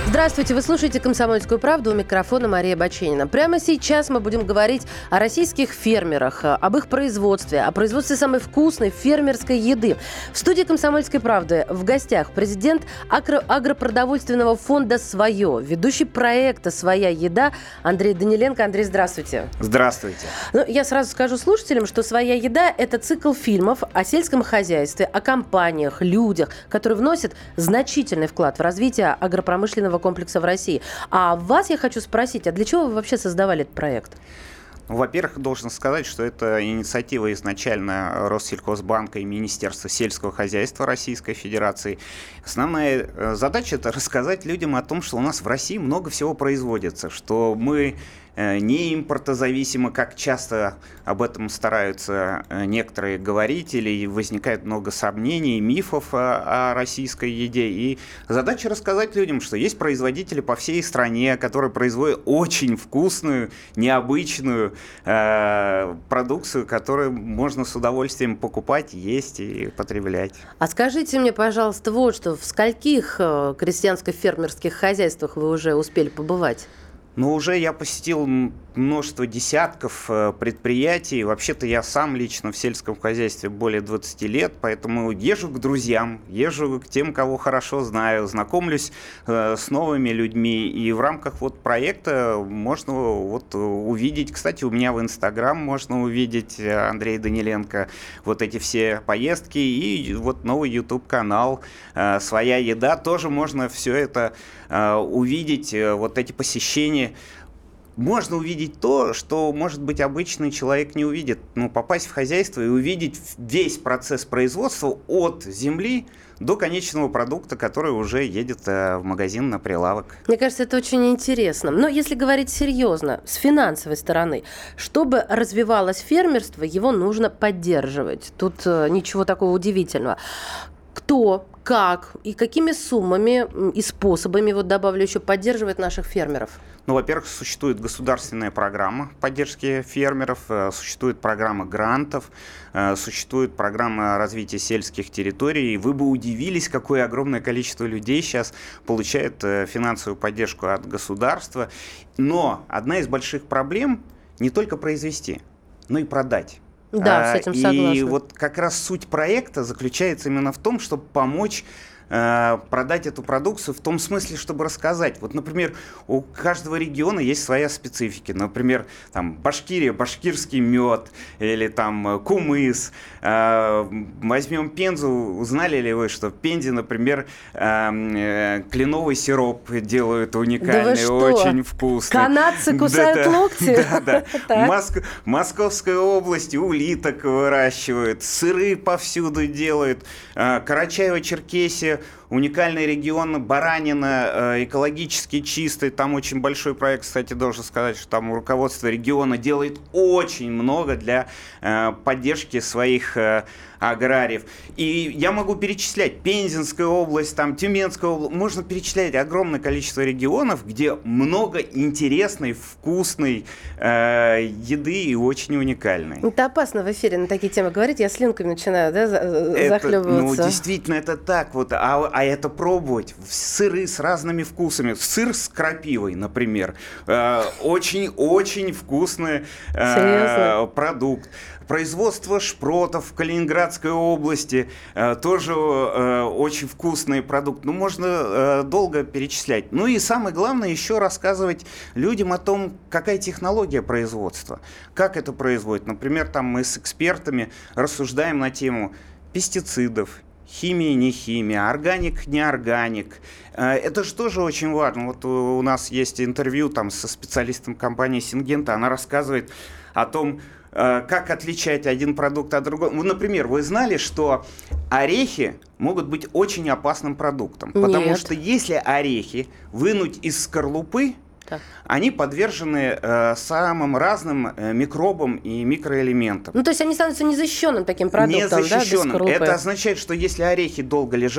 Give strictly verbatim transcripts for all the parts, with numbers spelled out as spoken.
Здравствуйте, вы слушаете «Комсомольскую правду», у микрофона Мария Баченина. Прямо сейчас мы будем говорить о российских фермерах, об их производстве, о производстве самой вкусной фермерской еды. В студии «Комсомольской правды» в гостях президент агро- агропродовольственного фонда «Свое», ведущий проекта «Своя еда» Андрей Даниленко. Андрей, здравствуйте. Здравствуйте. Ну, я сразу скажу слушателям, что «Своя еда» — это цикл фильмов о сельском хозяйстве, о компаниях, людях, которые вносят значительный вклад в развитие агропромышленного комплекса в России. А вас я хочу спросить, а для чего вы вообще создавали этот проект? Во-первых, должен сказать, что это инициатива изначально Россельхозбанка и Министерства сельского хозяйства Российской Федерации. Основная задача – это рассказать людям о том, что у нас в России много всего производится, что мы не импортозависимы, как часто об этом стараются некоторые говорить, или возникает много сомнений, мифов о, о российской еде. И задача рассказать людям, что есть производители по всей стране, которые производят очень вкусную, необычную э, продукцию, которую можно с удовольствием покупать, есть и потреблять. А скажите мне, пожалуйста, вот что, в скольких крестьянско-фермерских хозяйствах вы уже успели побывать? Ну, уже я посетил множество десятков предприятий. Вообще-то я сам лично в сельском хозяйстве более двадцати лет, поэтому езжу к друзьям, езжу к тем, кого хорошо знаю, знакомлюсь с новыми людьми. И в рамках вот проекта можно вот увидеть, кстати, у меня в Инстаграм можно увидеть Андрей Даниленко, вот эти все поездки и вот новый YouTube-канал «Своя еда». Тоже можно все это увидеть, вот эти посещения. Можно увидеть то, что, может быть, обычный человек не увидит. Ну, попасть в хозяйство и увидеть весь процесс производства от земли до конечного продукта, который уже едет в магазин на прилавок. Мне кажется, это очень интересно. Но если говорить серьезно, с финансовой стороны, чтобы развивалось фермерство, его нужно поддерживать. Тут ничего такого удивительного. Кто, как и какими суммами и способами, вот добавлю еще, поддерживает наших фермеров? Ну, во-первых, существует государственная программа поддержки фермеров, существует программа грантов, существует программа развития сельских территорий. И вы бы удивились, какое огромное количество людей сейчас получает финансовую поддержку от государства. Но одна из больших проблем не только произвести, но и продать. Да, с этим согласна. И вот как раз суть проекта заключается именно в том, чтобы помочь э, продать эту продукцию в том смысле, чтобы рассказать. Вот, например, у каждого региона есть своя специфика. Например, там Башкирия, башкирский мед, или там кумыс. Э, возьмем Пензу. Узнали ли вы, что в Пензе, например, э, э, кленовый сироп делают уникальный, да очень вкусный. Канадцы кусают да, локти? Да, да. Моск... Московской области улиток выращивают, сыры повсюду делают. Карачаево-Черкесия, уникальный регион, баранина, экологически чистый. Там очень большой проект, кстати, должен сказать, что там руководство региона делает очень много для поддержки своих аграриев. И я могу перечислять Пензенская область, там Тюменская область, можно перечислять огромное количество регионов, где много интересной, вкусной э, еды и очень уникальной. Это опасно в эфире на такие темы говорить, я слюнками начинаю, да, захлебываться. Ну, действительно, это так вот, а, а это пробовать, сыры с разными вкусами, сыр с крапивой, например, очень-очень э, вкусный э, продукт. Производство шпротов в Калининградской области, э, тоже э, очень вкусный продукт. Ну, можно э, долго перечислять. Ну и самое главное, еще рассказывать людям о том, какая технология производства, как это производит. Например, там мы с экспертами рассуждаем на тему пестицидов, химия, не химия, органик, не органик. Это же тоже очень важно. Вот у нас есть интервью там со специалистом компании Syngenta, она рассказывает о том, как отличать один продукт от другого. Ну, например, вы знали, что орехи могут быть очень опасным продуктом? Нет. Потому что если орехи вынуть из скорлупы, Так. они подвержены э, самым разным э, микробам и микроэлементам. Ну, то есть они становятся незащищенным таким продуктом, Незащищенным. Да, без скорлупы? Это означает, что если орехи долго лежат,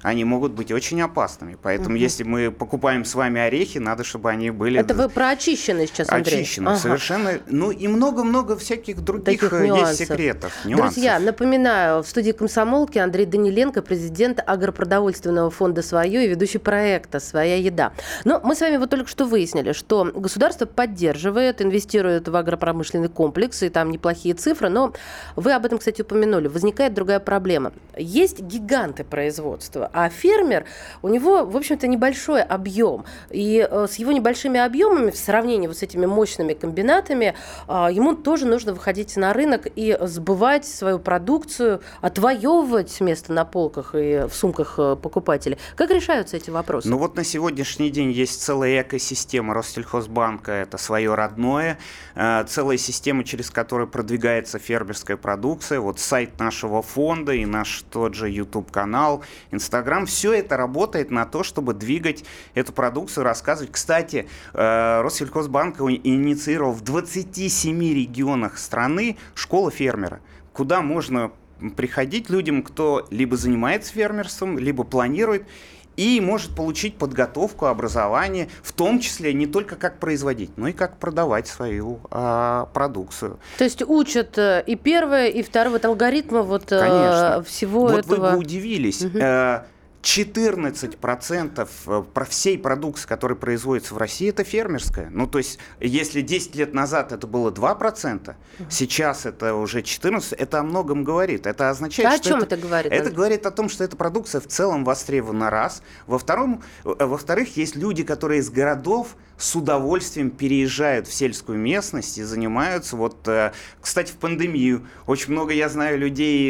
они могут быть очень опасными. Поэтому, угу. если мы покупаем с вами орехи, надо, чтобы они были... Это вы про очищенные сейчас, Андрей? Очищенные, ага. совершенно. Ну и много-много всяких других есть секретов, нюансов. Друзья, напоминаю, в студии «Комсомолки» Андрей Даниленко, президент агропродовольственного фонда «Свое» и ведущий проекта «Своя еда». Но мы с вами вот только что выяснили, что государство поддерживает, инвестирует в агропромышленный комплекс, и там неплохие цифры, но вы об этом, кстати, упомянули. Возникает другая проблема. Есть гиганты производства, а фермер, у него, в общем-то, небольшой объем. И с его небольшими объемами, в сравнении вот с этими мощными комбинатами, ему тоже нужно выходить на рынок и сбывать свою продукцию, отвоевывать место на полках и в сумках покупателей. Как решаются эти вопросы? Ну вот на сегодняшний день есть целая экосистема Россельхозбанка, это свое родное, целая система, через которую продвигается фермерская продукция, вот сайт нашего фонда и наш тот же YouTube-канал, Instagram, все это работает на то, чтобы двигать эту продукцию, рассказывать. Кстати, Россельхозбанк инициировал в двадцати семи регионах страны школу фермера, куда можно приходить людям, кто либо занимается фермерством, либо планирует, и может получить подготовку, образование, в том числе не только как производить, но и как продавать свою а, продукцию. То есть учат и первое, и второе вот алгоритма вот Конечно. всего вот этого. Вот вы бы удивились. Угу. четырнадцать процентов всей продукции, которая производится в России, это фермерская. Ну, то есть, если десять лет назад это было два процента, uh-huh. сейчас это уже четырнадцать процентов, это о многом говорит. Это означает, а что... о чем это, это говорит? Это говорит о том, что эта продукция в целом востребована, раз. Во втором, во-вторых, есть люди, которые из городов с удовольствием переезжают в сельскую местность и занимаются. Вот, кстати, в пандемию очень много, я знаю, людей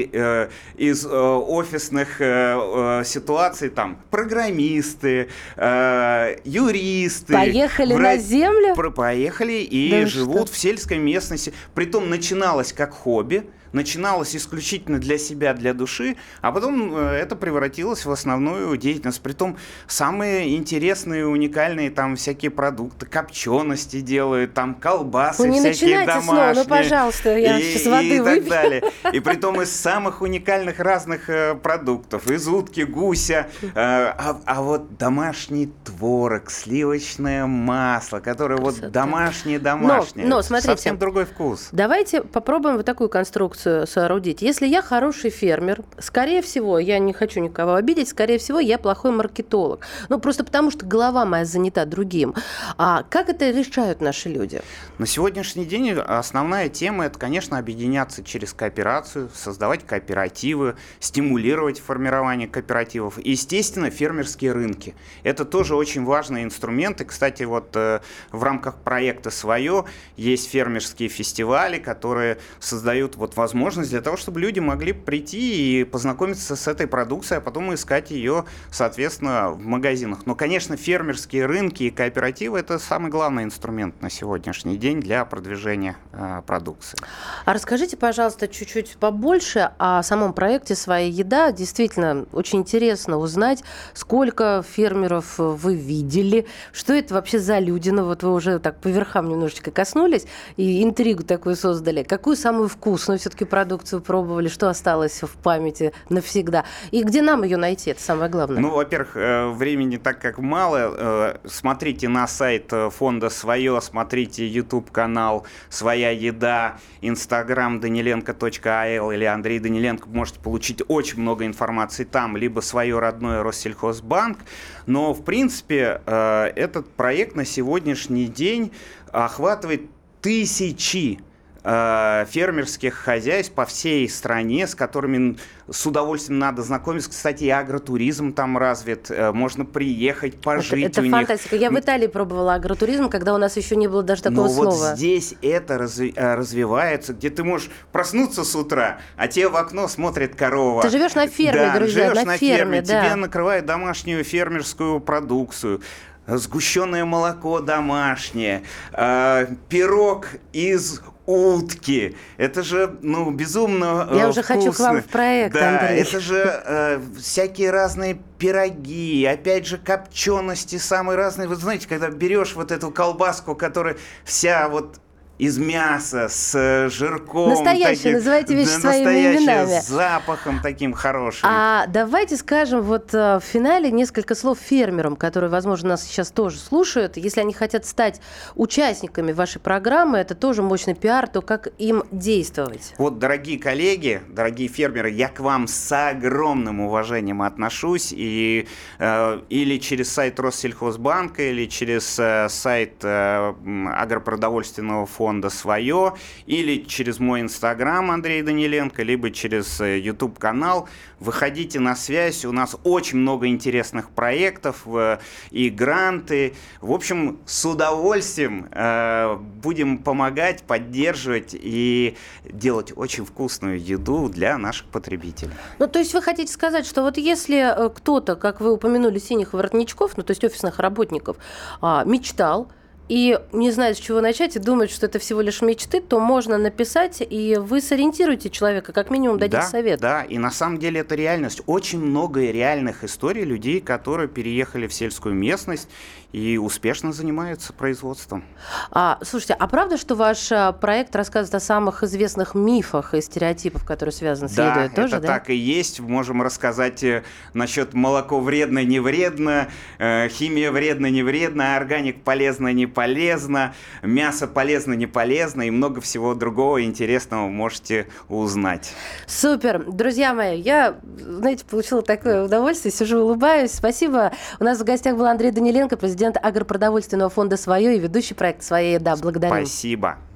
из офисных ситуаций, там, программисты, э, юристы. Поехали вра... на землю? Про- поехали и да живут в сельской местности. Притом начиналось как хобби, начиналось исключительно для себя, для души, а потом это превратилось в основную деятельность. Притом самые интересные, уникальные там всякие продукты, копчености делают, там колбасы Вы не всякие начинайте домашние. Снова, ну, пожалуйста, я и, сейчас воды и выпью. так далее. И притом из самых уникальных разных э, продуктов. Из утки, гуся, э, а, а вот домашний творог, сливочное масло, которое вот домашнее-домашнее. Но, но, смотрите, совсем другой вкус. Давайте попробуем вот такую конструкцию соорудить. Если я хороший фермер, скорее всего, я не хочу никого обидеть, скорее всего, я плохой маркетолог. Ну, просто потому, что голова моя занята другим. А как это решают наши люди? На сегодняшний день основная тема – это, конечно, объединяться через кооперацию, создавать кооперативы, стимулировать формирование кооперативов. И, естественно, фермерские рынки. Это тоже очень важный инструмент. И, кстати, вот э, в рамках проекта «Свое» есть фермерские фестивали, которые создают вот возможность возможность для того, чтобы люди могли прийти и познакомиться с этой продукцией, а потом искать ее, соответственно, в магазинах. Но, конечно, фермерские рынки и кооперативы – это самый главный инструмент на сегодняшний день для продвижения э, продукции. А расскажите, пожалуйста, чуть-чуть побольше о самом проекте «Своя еда». Действительно, очень интересно узнать, сколько фермеров вы видели, что это вообще за люди. Ну, вот вы уже так по верхам немножечко коснулись и интригу такую создали. Какую самую вкусную все-таки продукцию пробовали, что осталось в памяти навсегда? И где нам ее найти? Это самое главное. Ну, во-первых, времени так как мало. Смотрите на сайт фонда «Свое», смотрите YouTube-канал «Своя еда», Instagram даниленко точка а эл или Андрей Даниленко. Можете получить очень много информации там, либо «Свое родное» Россельхозбанк. Но, в принципе, этот проект на сегодняшний день охватывает тысячи фермерских хозяйств по всей стране, с которыми с удовольствием надо знакомиться. Кстати, и агротуризм там развит. Можно приехать, пожить это, это у них. Это фантастика. Я в Италии пробовала агротуризм, когда у нас еще не было даже такого Но слова. Вот здесь это разви- развивается, где ты можешь проснуться с утра, а тебе в окно смотрит корова. Ты живешь на ферме, да, друзья, живешь на, на ферме. ферме, Да. Тебе накрывают домашнюю фермерскую продукцию. Сгущенное молоко домашнее, э, пирог из утки. Это же, ну, безумно э, Я уже вкусно. хочу к вам в проект, Да, Андрей. это же э, всякие разные пироги, опять же, копчености самые разные. Вы знаете, когда берешь вот эту колбаску, которая вся вот из мяса, с жирком. Настоящие, таким, называйте вещи да, своими именами. С запахом таким хорошим. А давайте скажем вот в финале несколько слов фермерам, которые, возможно, нас сейчас тоже слушают. Если они хотят стать участниками вашей программы, это тоже мощный пиар, то как им действовать? Вот, дорогие коллеги, дорогие фермеры, я к вам с огромным уважением отношусь. И, э, или через сайт Россельхозбанка, или через э, сайт э, агропродовольственного фонда фонда свое, или через мой инстаграм Андрей Даниленко, либо через YouTube-канал. Выходите на связь, у нас очень много интересных проектов и гранты. В общем, с удовольствием э, будем помогать, поддерживать и делать очень вкусную еду для наших потребителей. Ну, то есть вы хотите сказать, что вот если кто-то, как вы упомянули, синих воротничков, ну, то есть офисных работников, мечтал, и не знает, с чего начать, и думает, что это всего лишь мечты, то можно написать, и вы сориентируете человека, как минимум дадите да, совет. Да, и на самом деле это реальность. Очень много реальных историй людей, которые переехали в сельскую местность и успешно занимаются производством. А, слушайте, а правда, что ваш проект рассказывает о самых известных мифах и стереотипах, которые связаны с да, едой? Тоже, это да, так и есть. Можем рассказать насчет молоко вредно, не вредно, химия вредно, не вредно, органик полезно, не полезно, мясо полезно, не полезно и много всего другого интересного можете узнать. Супер! Друзья мои, я, знаете, получила такое удовольствие, сижу, улыбаюсь. Спасибо. У нас в гостях был Андрей Даниленко, президент агропродовольственного фонда «Свое» и ведущий проекта «Своя еда». Благодарю. Спасибо.